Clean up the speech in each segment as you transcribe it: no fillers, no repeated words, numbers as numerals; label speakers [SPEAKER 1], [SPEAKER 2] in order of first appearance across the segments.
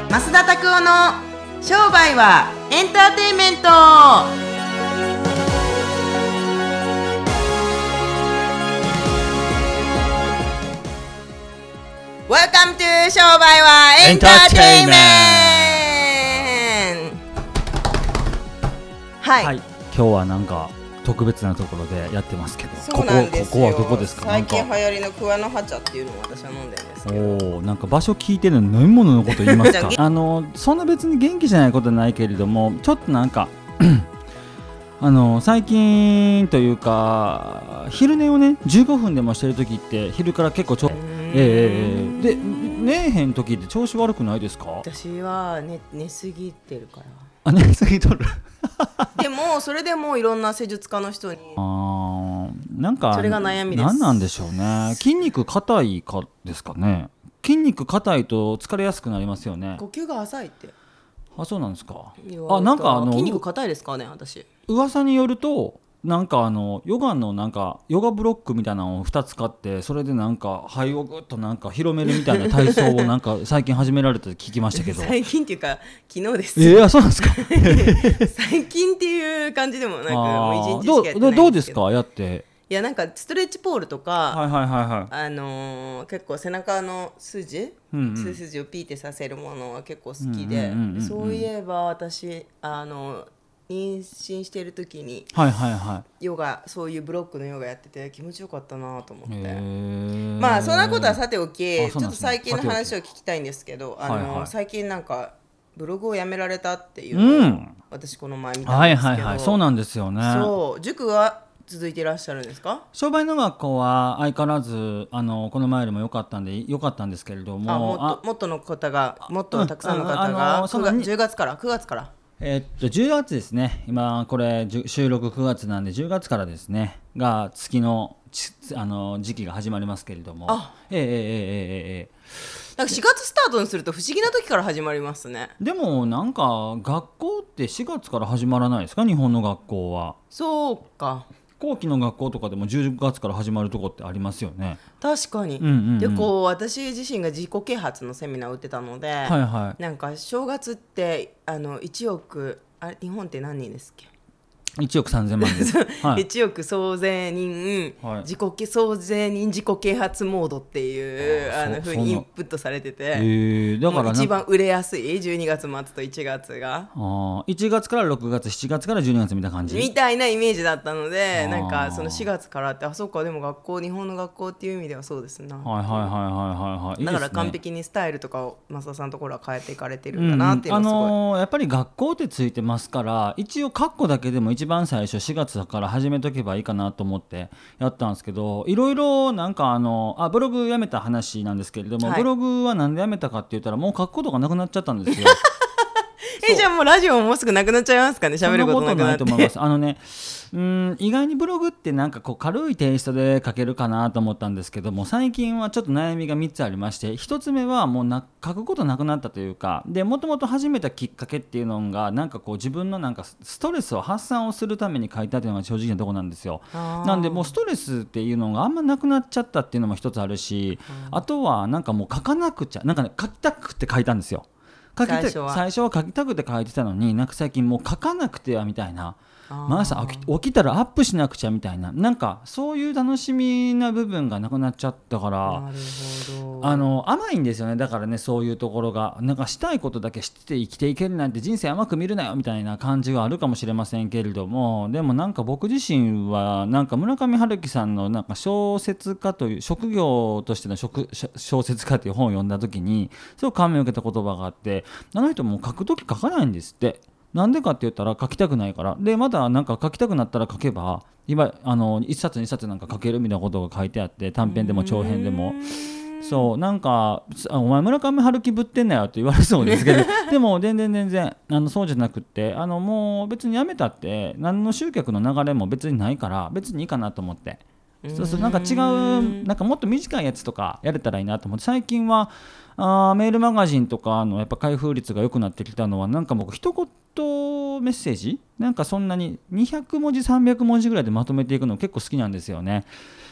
[SPEAKER 1] 増田拓夫の商売はエンターテインメント。Welcome to 商売はエンターテインメント。はい、
[SPEAKER 2] はい、今日はなんか特別なところでやってますけど、
[SPEAKER 1] そうなんですよ。
[SPEAKER 2] ここはどこですか？
[SPEAKER 1] 最近流行りの桑の葉茶っていうのを私は飲んでるんですけど、
[SPEAKER 2] おなんか場所聞いてるのに飲み物のこと言いますか？そんな別に元気じゃないことはないけれども、ちょっとなんか最近というか昼寝をね15分でもしてる時って昼から結構で寝えへん時って調子悪くないですか？
[SPEAKER 1] 私は、寝すぎてるから。
[SPEAKER 2] 寝すぎとる
[SPEAKER 1] でもそれでもいろんな施術家の人に
[SPEAKER 2] なんか
[SPEAKER 1] それが悩みです。
[SPEAKER 2] 何なんでしょうね。筋肉硬いかですかね。筋肉硬いと疲れやすくなりますよね。
[SPEAKER 1] 呼吸が浅いって。
[SPEAKER 2] あ、そうなんですか。
[SPEAKER 1] なんか筋肉硬いですかね。私
[SPEAKER 2] 噂によるとなんかヨガのなんかヨガブロックみたいなのを2つ買ってそれでなんか肺をぐっとなんか広めるみたいな体操をなんか最近始められたと聞きましたけど
[SPEAKER 1] 最近っていうか昨日です。
[SPEAKER 2] そうなんですか
[SPEAKER 1] 最近っていう感じでもなくもう1日しかやってないんですけど。
[SPEAKER 2] どうですかやって。
[SPEAKER 1] いやなんかストレッチポールとか、結構背中の筋背筋をピーってさせるものは結構好きで、そういえば私妊娠している時にヨガ、そういうブロックのヨガやってて気持ちよかったなと思って。まあそんなことはさておき、ちょっと最近の話を聞きたいんですけど、最近なんかブログをやめられたっていうのを、私この前見たんですけど、
[SPEAKER 2] そうなんですよね。
[SPEAKER 1] そう塾は続いていらっしゃるんですか？
[SPEAKER 2] 商売の学校は相変わらずこの前よりも良かったんですけれども、
[SPEAKER 1] もっとの方がもっとたくさんの方が10月から9月から
[SPEAKER 2] 10月ですね。今これ収録9月なんで10月からですねが月の時期が始まりますけれども、なんか
[SPEAKER 1] 4月スタートにすると不思議な時から始まりますね。
[SPEAKER 2] でもなんか学校って4月から始まらないですか？日本の学校は。そうか。後期の学校とかでも10月から始まるとこってありますよね。
[SPEAKER 1] 確かに、でこう私自身が自己啓発のセミナーを打ってたので、なんか正月って1億日本って何人ですっけ
[SPEAKER 2] ？1億3000万です、
[SPEAKER 1] 1億総税人、総税人自己啓発モードっていう風にインプットされてて、だから一番売れやすい12月末と1月が
[SPEAKER 2] 1月から6月7月から12月みたいな感じ
[SPEAKER 1] みたいなイメージだったので、なんかその4月からってそうか、でも日本の学校っていう意味ではそうですな。だから完璧にスタイルとかを増田さんのところは変えていかれてるんだなっていうのはすごい、
[SPEAKER 2] やっぱり学校ってついてますから一応括弧だけでも一番最初4月から始めとけばいいかなと思ってやったんですけど、いろいろなんかブログやめた話なんですけれども、ブログはなんでやめたかって言ったらもう書くことがなくなっちゃったんですよ
[SPEAKER 1] じゃあもうラジオももうすぐなくなっちゃいますかね。喋ることなくなって。
[SPEAKER 2] そんなことないと思います。意外にブログってなんかこう軽いテイストで書けるかなと思ったんですけども、最近はちょっと悩みが3つありまして、1つ目はもう書くことなくなったというかで、もともと始めたきっかけっていうのがなんかこう自分のなんかストレスを発散をするために書いたというのが正直なところなんですよ。なんでもうストレスっていうのがあんまなくなっちゃったっていうのも1つあるし、あとはなんかもう書かなくちゃなんかね書きたくて書いたんですよ。最初は書きたくて書いてたのに、なんか最近もう書かなくてはみたいな、毎朝起きたらアップしなくちゃみたいな、なんかそういう楽しみな部分がなくなっちゃったから、
[SPEAKER 1] なるほ
[SPEAKER 2] ど甘いんですよね。だからね、そういうところがなんかしたいことだけ知って生きていけるなんて人生甘く見るなよみたいな感じがあるかもしれませんけれども、でもなんか僕自身はなんか村上春樹さんのなんか小説家という職業としての小説家という本を読んだ時にすごく感銘を受けた言葉があって、あの人も書くとき書かないんですって。なんでかって言ったら書きたくないからで、まだなんか書きたくなったら書けば今1冊2冊なんか書けるみたいなことが書いてあって、短編でも長編でもそうなんかお前村上春樹ぶってんなよって言われそうですけどでも全然そうじゃなくってもう別にやめたって何の集客の流れも別にないから別にいいかなと思って、そうなんか違うなんかもっと短いやつとかやれたらいいなと思って、最近はメールマガジンとかやっぱ開封率が良くなってきたのは、なんか僕一言メッセージなんかそんなに200文字300文字ぐらいでまとめていくの結構好きなんですよね。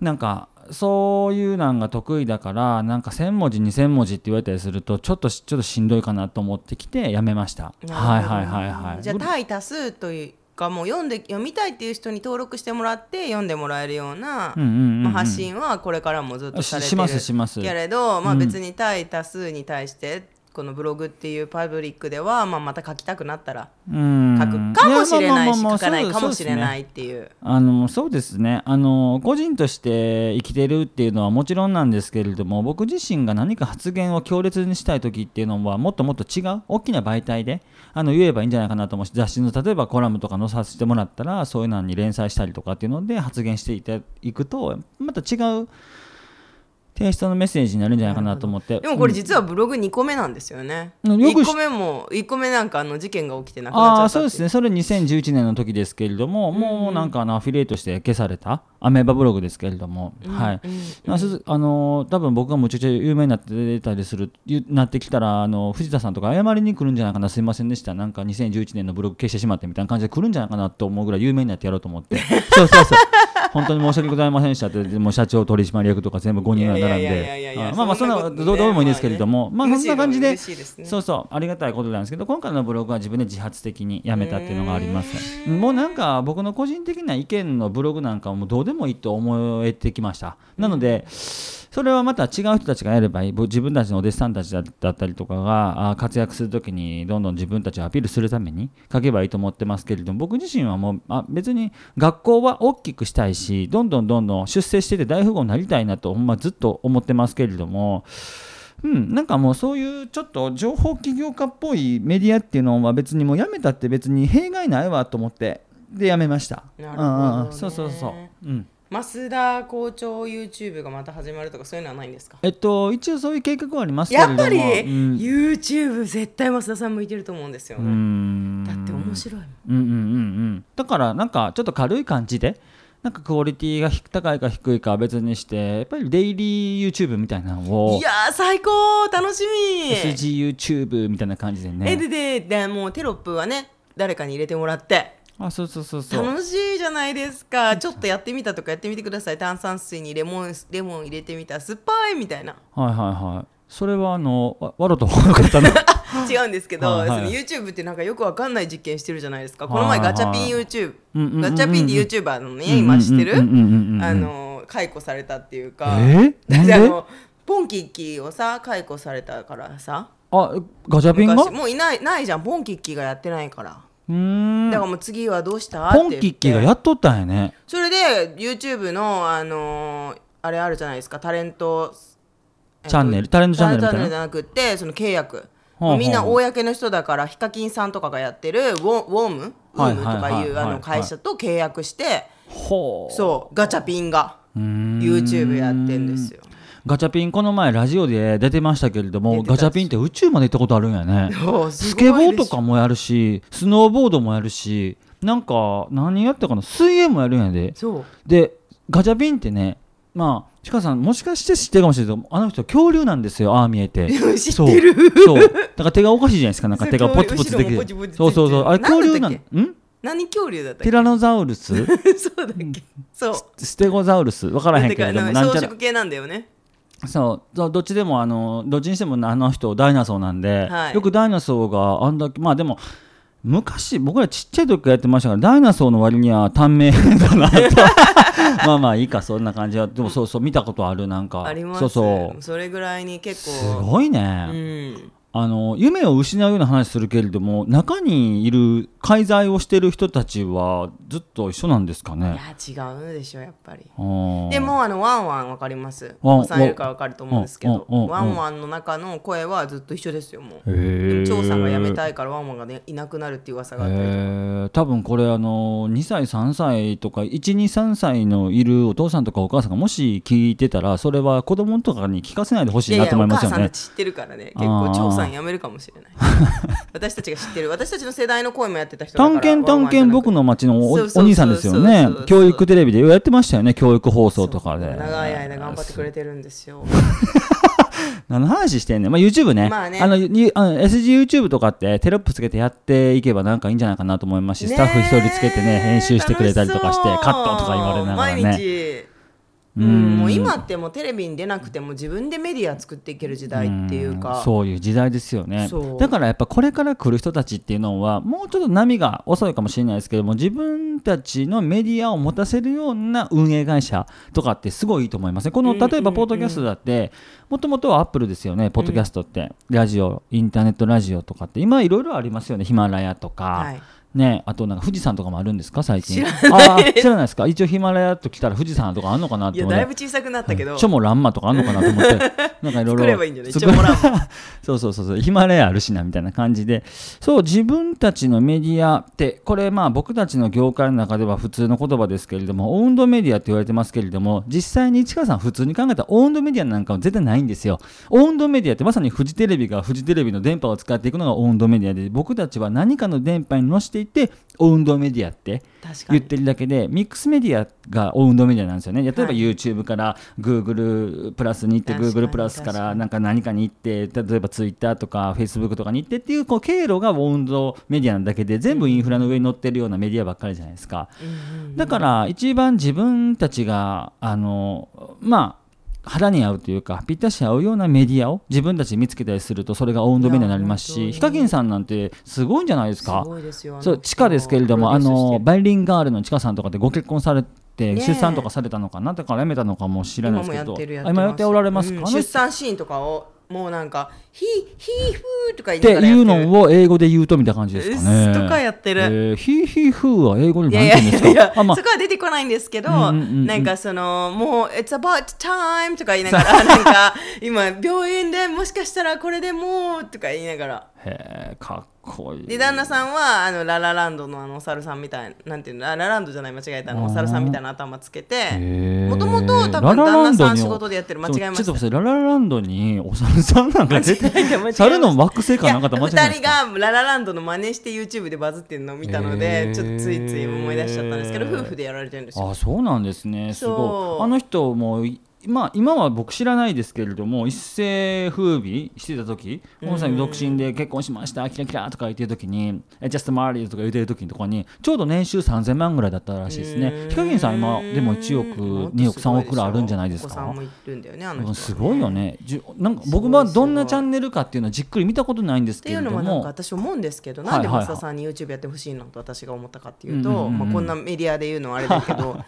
[SPEAKER 2] なんかそういうなんが得意だからなんか1000文字2000文字って言われたりするとちょっとしんどいかなと思ってきてやめました。はいはいはいはい。
[SPEAKER 1] じゃあ対多数というかもう読みたいっていう人に登録してもらって読んでもらえるような発信はこれからもずっとされてる
[SPEAKER 2] します
[SPEAKER 1] けれど、まあ、別に対多数に対してこのブログっていうパブリックでは、まあ、また書きたくなったら書くかもしれないし書かないかもしれないっていう。
[SPEAKER 2] そうですね。個人として生きてるっていうのはもちろんなんですけれども、僕自身が何か発言を強烈にしたい時っていうのはもっともっと違う大きな媒体で言えばいいんじゃないかなと思うし、雑誌の例えばコラムとか載させてもらったらそういうのに連載したりとかっていうので発言していくとまた違うテイストのメッセージになるんじゃないかなと思って。
[SPEAKER 1] でもこれ実はブログ2個目なんですよね。1個目なんか事件が起きてなくなっちゃった。
[SPEAKER 2] そうですね。それ2011年の時ですけれども、もうなんかアフィリエイトして消されたアメーバブログですけれども、はい。多分僕がむちゃくちゃ有名になってきたら藤田さんとか謝りに来るんじゃないかな、すいませんでした、なんか2011年のブログ消してしまってみたいな感じで来るんじゃないかなと思うぐらい有名になってやろうと思ってそう本当に申し訳ございませんでしたって、もう社長取締役とか全部5人が並んで、まあそんなどうでもいいんですけれども、まあそんな感じで、そうありがたいことなんですけど、今回のブログは自分で自発的にやめたっていうのがあります。もうなんか僕の個人的な意見のブログなんかもどうでもいいと思えてきました。なのでそれはまた違う人たちがやればいい。自分たちのお弟子さんたちだったりとかが活躍するときにどんどん自分たちをアピールするために書けばいいと思ってますけれども、僕自身はもう別に学校は大きくしたいし、どんどん出世してて大富豪になりたいなとずっと思ってますけれども、なんかもうそういうちょっと情報起業家っぽいメディアっていうのは別にもうやめたって別に弊害ないわと思ってでやめました。
[SPEAKER 1] なるほどね。
[SPEAKER 2] そう
[SPEAKER 1] 増田校長 YouTube がまた始まるとかそういうのはないんですか？
[SPEAKER 2] 一応そういう計画はありますけれども、
[SPEAKER 1] やっぱり、YouTube 絶対増田さん向いてると思うんですよね。だって面白いもん。
[SPEAKER 2] だからなんかちょっと軽い感じでなんかクオリティが高いか低いかは別にしてやっぱりデイリー YouTube みたいなのを、
[SPEAKER 1] いやー最高楽しみ
[SPEAKER 2] SGYouTube みたいな感じでね。
[SPEAKER 1] でもうテロップはね誰かに入れてもらって
[SPEAKER 2] そう
[SPEAKER 1] 楽しいじゃないですか。ちょっとやってみたとかやってみてください。炭酸水にレモン入れてみたら酸っぱいみたいな。
[SPEAKER 2] それはわろとの方の
[SPEAKER 1] 違うんですけど、YouTube ってなんかよくわかんない実験してるじゃないですか。この前ガチャピン YouTube、ガチャピンって YouTuber のね、今知ってる解雇されたっていうか、ポンキッキーをさ解雇されたからさ、
[SPEAKER 2] ガチャピンが
[SPEAKER 1] もうないじゃん、ポンキッキーがやってないから。だからもう次はどうしたって
[SPEAKER 2] ポンキッキーがやっとったんやね。
[SPEAKER 1] それで YouTube のあれあるじゃないですか、タレント
[SPEAKER 2] チャンネルみたいな。
[SPEAKER 1] タレントチャンネルじゃなくてその契約、みんな公の人だからヒカキンさんとかがやってるウォームとかいう会社と契約して、そうガチャピンが YouTube やってんですよ。
[SPEAKER 2] ガチャピンこの前ラジオで出てましたけれども、ガチャピンって宇宙まで行ったことあるんやね。スケボーとかもやるしスノーボードもやるし、なんか何やったかな、水泳もやるんやで。でガチャピンってね、ちかさんもしかして知ってるかもしれないけど、あの人恐竜なんですよ。見えて
[SPEAKER 1] 知ってる。
[SPEAKER 2] そうだから手がおかしいじゃないですか。なんか手がポツポツできる。そうあれ恐竜なん
[SPEAKER 1] 何恐竜だったっけ？
[SPEAKER 2] ティラノザウルス
[SPEAKER 1] そうだっけ？そう
[SPEAKER 2] ステゴザウルス分からへんけれども、
[SPEAKER 1] 草食系なんだよね。
[SPEAKER 2] どっちでもどっちにしてもあの人ダイナソーなんで、よくダイナソーがあんだけでも昔僕らちっちゃい時からやってましたからダイナソーの割には短命だなといいかそんな感じは。でもそう見たことある。なんか
[SPEAKER 1] あります。それぐらいに結構
[SPEAKER 2] すごいね。夢を失うような話するけれども、中にいる介在をしている人たちはずっと一緒なんですかね。
[SPEAKER 1] いや違うでしょやっぱり。でもワンワンわかります。お子さんいるからわかると思うんですけど、ワンワンの中の声はずっと一緒ですよ。もうでも張さんが辞めたいからワンワンが、ね、いなくなるっていう噂があったりとか。
[SPEAKER 2] 多分これ2歳3歳とか 1,2,3 歳のいるお父さんとかお母さんがもし聞いてたら、それは子供とかに聞かせないでほしいなと思いますよね。
[SPEAKER 1] お母さんたち知ってるからね。結構張さん辞めるかもしれない私たちが知ってる、私たちの世代の声もやってた人だから。
[SPEAKER 2] 探検僕の町のお兄さんですよね。教育テレビでやってましたよね。教育放送とかで
[SPEAKER 1] 長い間頑張ってくれてるんですよ
[SPEAKER 2] 何の話してんねん。YouTube ね、SGYouTube とかってテロップつけてやっていけばなんかいいんじゃないかなと思いますし、スタッフ一人つけてね編集してくれたりとかしてカットとか言われながらね。
[SPEAKER 1] 毎日もう今ってもうテレビに出なくても自分でメディア作っていける時代っていうか、
[SPEAKER 2] そういう時代ですよね。だからやっぱこれから来る人たちっていうのはもうちょっと波が遅いかもしれないですけども、自分たちのメディアを持たせるような運営会社とかってすごいいいと思いますね。この例えばポッドキャストだってもともとはアップルですよね。ポッドキャストって、ラジオ、インターネットラジオとかって今いろいろありますよね。ヒマラヤとか、はいね、あとなんか富士山とかもあるんですか最近。知らないですか。一応ヒマラヤと来たら富士山とかあんのかなって思って。
[SPEAKER 1] いやだいぶ小さくなったけど、
[SPEAKER 2] チョモランマとかあんのかなと思ってなんかいろいろ
[SPEAKER 1] 作ればいいんじゃない。チョモランマ
[SPEAKER 2] そうヒマラヤあるしなみたいな感じで、そう自分たちのメディアってこれまあ僕たちの業界の中では普通の言葉ですけれども、オウンドメディアって言われてますけれども、実際に市川さん普通に考えたらオウンドメディアなんかは絶対ないんですよ。オウンドメディアってまさにフジテレビがフジテレビの電波を使っていくのがオウンドメディアで、僕たちは何かの電波に乗せていってオウンドメディアって言ってるだけで、ミックスメディアがオウンドメディアなんですよね。例えば YouTube から Google プラスに行って、Google プラスから何かに行って、例えば Twitter とか Facebook とかに行ってっていう、経路がオウンドメディアなだけで、全部インフラの上に乗ってるようなメディアばっかりじゃないですか。だから一番自分たちが肌に合うというかぴったし合うようなメディアを自分たちで見つけたりすると、それがオウンドメディアになりますし、ヒカキンさんなんてすごいんじゃないですか。
[SPEAKER 1] すごいですよ。
[SPEAKER 2] そう地下ですけれども、バイリンガールの地下さんとかでご結婚されて、出産とかされたのかな、だからやめたのかもしれないですけど、今やっておられますか。
[SPEAKER 1] 出産シーンとかをもうなんかヒーフーとか
[SPEAKER 2] 言いながらやってるっていうのを英語で言うとみたいな感じですかね。
[SPEAKER 1] とかやってる。
[SPEAKER 2] ヒーフーは英語に何て言うんですか。
[SPEAKER 1] いやそこは出てこないんですけど、なんかそのもう It's about time とか言いながらなんか今病院でもしかしたらこれでもうとか言いながら。
[SPEAKER 2] へー、かっこいい。
[SPEAKER 1] で旦那さんはララランドのお猿さんみたいなんていうの、ララランドじゃない間違えたの、お猿さんみたいな頭つけて、もともと多分旦那さん仕事でやってる、間違えました。
[SPEAKER 2] ちょっとララランドにお猿さんなんか出て猿の惑星かなんかと間違えました。
[SPEAKER 1] 2人がララランドの真似して YouTube でバズってるのを見たので、ちょっとついつい思い出しちゃったんですけど、夫婦でやられてるんですよ。
[SPEAKER 2] あ、そうなんですね。すごい。あの人も今は僕知らないですけれども、一世風靡してた時、本さん独身で結婚しましたキラキラとか言ってる時にJust married とか言ってる時のところにちょうど年収3000万ぐらいだったらしいですね。ヒカキンさん今でも1億2億3億ぐらいあるんじゃないですか。
[SPEAKER 1] お子さんもいるんだよね、あの人はね。
[SPEAKER 2] すごいよね。なんか僕はどんなチャンネルかっていうのはじっくり見たことないんですけれども、
[SPEAKER 1] っていうのはなんか私思うんですけど、なんで増田さんに YouTube やってほしいのと私が思ったかっていうと、こんなメディアで言うのはあれだけど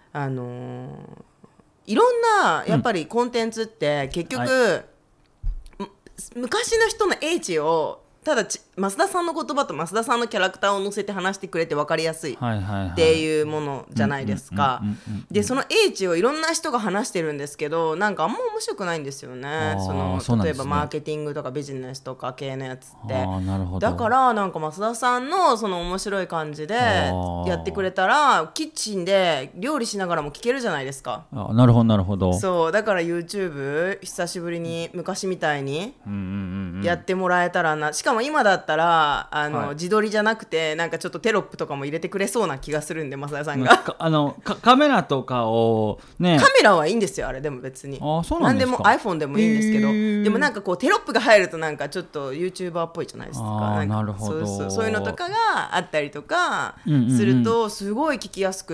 [SPEAKER 1] いろんなやっぱりコンテンツって結局、昔の人の英知をただ増田さんの言葉と増田さんのキャラクターを載せて話してくれて分かりやすいっていうものじゃないですか。でその英知をいろんな人が話してるんですけど、なんかあんま面白くないんですよね。例えばマーケティングとかビジネスとか系のやつって。だからなんか増田さんのその面白い感じでやってくれたら、キッチンで料理しながらも聞けるじゃないですか。
[SPEAKER 2] なるほどなるほど。
[SPEAKER 1] そうだから YouTube 久しぶりに昔みたいにやってもらえたらな。しかも今だったら自撮りじゃなくてなんかちょっとテロップとかも入れてくれそうな気がするんで、増田さんが
[SPEAKER 2] カメラとかをね。
[SPEAKER 1] カメラはいいんですよ、あれでも別に。
[SPEAKER 2] そうなんですか。
[SPEAKER 1] 何でも iPhone でもいいんですけど、でもなんかこうテロップが入るとなんかちょっと YouTuber っぽいじゃないですか。
[SPEAKER 2] なるほど。
[SPEAKER 1] そういうのとかがあったりとかするとすごい聞きやすくって、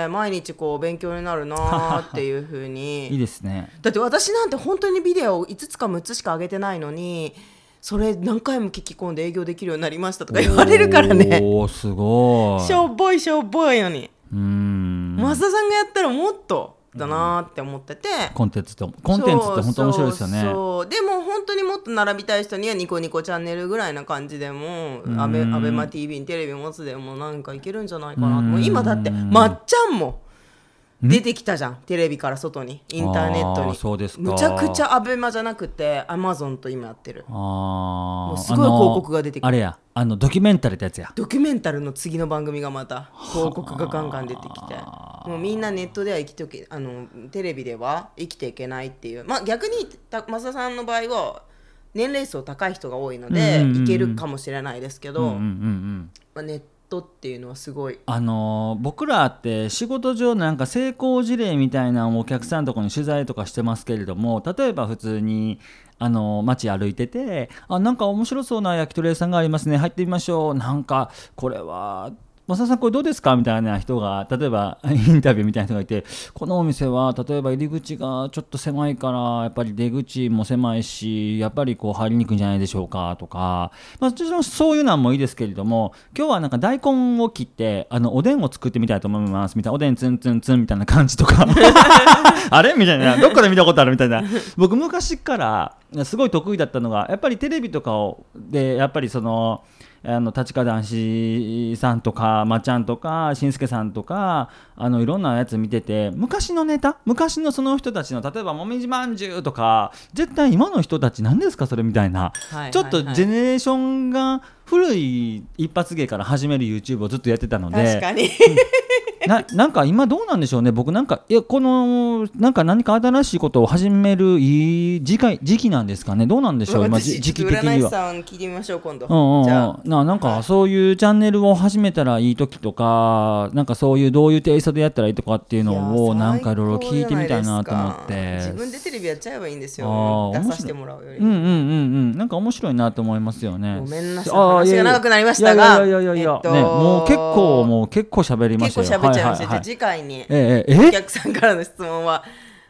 [SPEAKER 1] 毎日こう勉強になるなっていう風に
[SPEAKER 2] いいですね。
[SPEAKER 1] だって私なんて本当にビデオを5つか6つしか上げてないのに、それ何回も聞き込んで営業できるようになりましたとか言われるからね。
[SPEAKER 2] おー、すごい。
[SPEAKER 1] しょぼいのに増田さんがやったらもっとだなって思ってて、
[SPEAKER 2] コンテンツって本当面白いですよね。
[SPEAKER 1] そうでも本当にもっと並びたい人にはニコニコチャンネルぐらいな感じでもアベマ TV にテレビ持つでもなんかいけるんじゃないかなと。もう今だってまっちゃんも出てきたじゃん、テレビから外に、インターネットに。
[SPEAKER 2] そうですか。
[SPEAKER 1] むちゃくちゃアベマじゃなくてアマゾンと今やってる。もうすごい広告が出てくる。
[SPEAKER 2] あれや、ドキュメンタルってやつや。
[SPEAKER 1] ドキュメンタルの次の番組がまた広告がガンガン出てきて、もうみんなネットではテレビでは生きていけないっていう。逆に増田さんの場合は年齢層高い人が多いのでいけるかもしれないですけど、ネットっていうのはすごい。
[SPEAKER 2] 僕らって仕事上なんか成功事例みたいなのをお客さんのところに取材とかしてますけれども、例えば普通に街歩いてて、なんか面白そうな焼き鳥屋さんがありますね、入ってみましょう、なんかこれは増田さんこれどうですかみたいな人が例えばインタビューみたいな人がいて、このお店は例えば入り口がちょっと狭いからやっぱり出口も狭いしやっぱりこう入りにくいんじゃないでしょうかとか、もちろんそういうのもいいですけれども、今日はなんか大根を切っておでんを作ってみたいと思いますみたいな、おでんツンツンツンみたいな感じとかあれみたいな、どっかで見たことあるみたいな。僕昔からすごい得意だったのがやっぱりテレビとかでやっぱりその立川談志さんとかまっちゃんとかしんすけさんとかいろんなやつ見てて、昔のネタ、昔のその人たちの例えばもみじまんじゅうとか絶対今の人たち何ですかそれみたいな、ちょっとジェネレーションが古い一発芸から始める YouTube をずっとやってたので、
[SPEAKER 1] 確かに
[SPEAKER 2] なんか今どうなんでしょうね。僕なんかこのなんか何か新しいことを始めるいい時期なんですかね。どうなんでしょう今時期的には。
[SPEAKER 1] 占い師さん聞いてみましょう今度。
[SPEAKER 2] じゃあなんかそういうチャンネルを始めたらいい時とか、なんかそういうどういうテイストでやったらいいとかっていうのをなんかいろいろ聞いてみたいなと思って。
[SPEAKER 1] 自分でテレビやっちゃえばいいんですよ。出させてもらうより。
[SPEAKER 2] なんか面白いなと思いますよね。
[SPEAKER 1] ごめんなさい。話が長くなりましたが、
[SPEAKER 2] ね、もう結構喋りましたよ。
[SPEAKER 1] 結構喋っちゃいました。じゃあ次回にお客さんからの質問は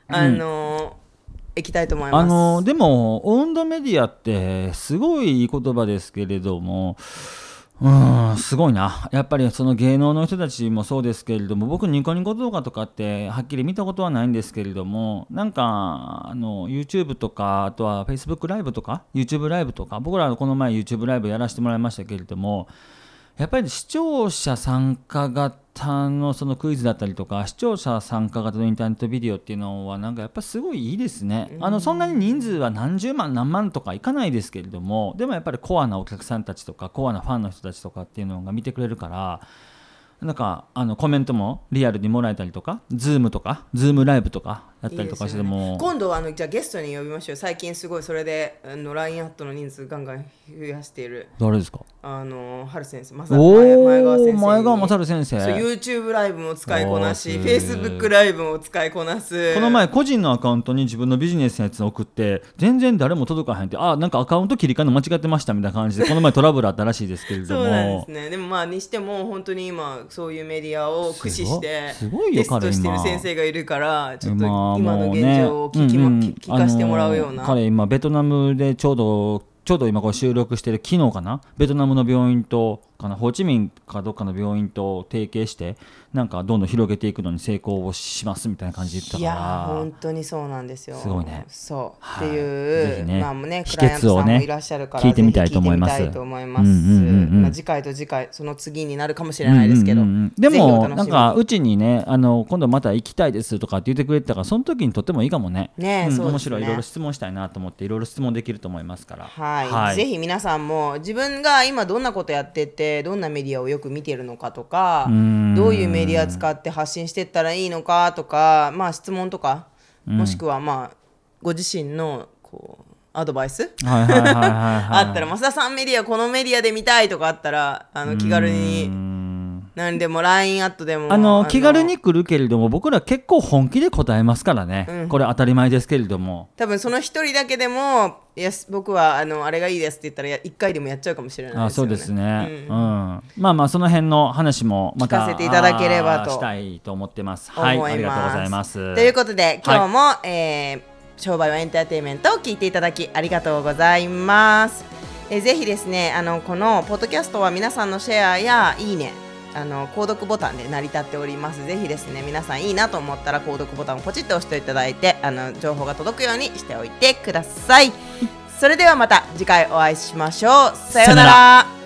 [SPEAKER 1] いきたいと思います。
[SPEAKER 2] でも温度メディアってすごいいい言葉ですけれども、すごいな。やっぱりその芸能の人たちもそうですけれども、僕ニコニコ動画とかってはっきり見たことはないんですけれども、なんかYouTube とかあとは Facebook ライブとか YouTube ライブとか、僕らこの前 YouTube ライブやらせてもらいましたけれども、やっぱり視聴者参加型のそのクイズだったりとか視聴者参加型のインターネットビデオっていうのはなんかやっぱすごいいいですね。そんなに人数は何十万何万とかいかないですけれども、でもやっぱりコアなお客さんたちとかコアなファンの人たちとかっていうのが見てくれるから、なんかコメントもリアルにもらえたりとか、ズームとかズームライブとかやったりとかしても、
[SPEAKER 1] いい今度じゃあゲストに呼びましょう。最近すごいそれでLINE アットの人数ガンガン増やしている。
[SPEAKER 2] 誰ですか？
[SPEAKER 1] 春先生、前
[SPEAKER 2] 川先生、前川勝先生。
[SPEAKER 1] そう YouTube ライブも使いこなし Facebook ライブも使いこなす。
[SPEAKER 2] この前個人のアカウントに自分のビジネスのやつを送って全然誰も届かへんって、なんかアカウント切り替えの間違ってましたみたいな感じでこの前トラブルあったらしいですけれども
[SPEAKER 1] そうなんですね。でもにしても本当に今そういうメディアを駆使してテストしてる先生がいるから、ちょっと今の現状を聞かせてもらうような。
[SPEAKER 2] 彼今ベトナムでちょうど今これ収録してる昨日かな、ベトナムの病院とホーチミンかどっかの病院と提携してなんかどんどん広げていくのに成功をしますみたいな感じで言ってたから、
[SPEAKER 1] いや本当にそうなんですよ。
[SPEAKER 2] すごいね。
[SPEAKER 1] そう、っていう
[SPEAKER 2] 秘訣をね聞いてみたいと思います。
[SPEAKER 1] 次回と次回その次になるかもしれないですけど、
[SPEAKER 2] でもなんかうちにね今度また行きたいですとかって言ってくれてたから、その時にとってもいいかもね。面白い、いろいろ質問したいなと思っていろいろ質問できると思いますから、
[SPEAKER 1] はい、ぜひ皆さんも自分が今どんなことやっててどんなメディアをよく見てるのかとか、どういうメディア使って発信していったらいいのかとか、質問とか、もしくはご自身のアドバイスあったら、増田さんメディアこのメディアで見たいとかあったら気軽に何でも LINE アットでも
[SPEAKER 2] 気軽に来るけれども、僕ら結構本気で答えますからね、これ当たり前ですけれども、
[SPEAKER 1] 多分その一人だけでも僕はあれがいいですって言ったら1回でもやっちゃうかもしれないですよね。
[SPEAKER 2] そうですね、その辺の話もまた
[SPEAKER 1] 聞かせていただければと
[SPEAKER 2] したいと思思います。はい、ありがとうございます。
[SPEAKER 1] ということで今日も、商売はエンターテインメントを聞いていただきありがとうございます。ぜひですねこのポッドキャストは皆さんのシェアやいいね購読ボタンで成り立っております。ぜひですね皆さんいいなと思ったら購読ボタンをポチッと押していただいて情報が届くようにしておいてください。それではまた次回お会いしましょう。さようなら。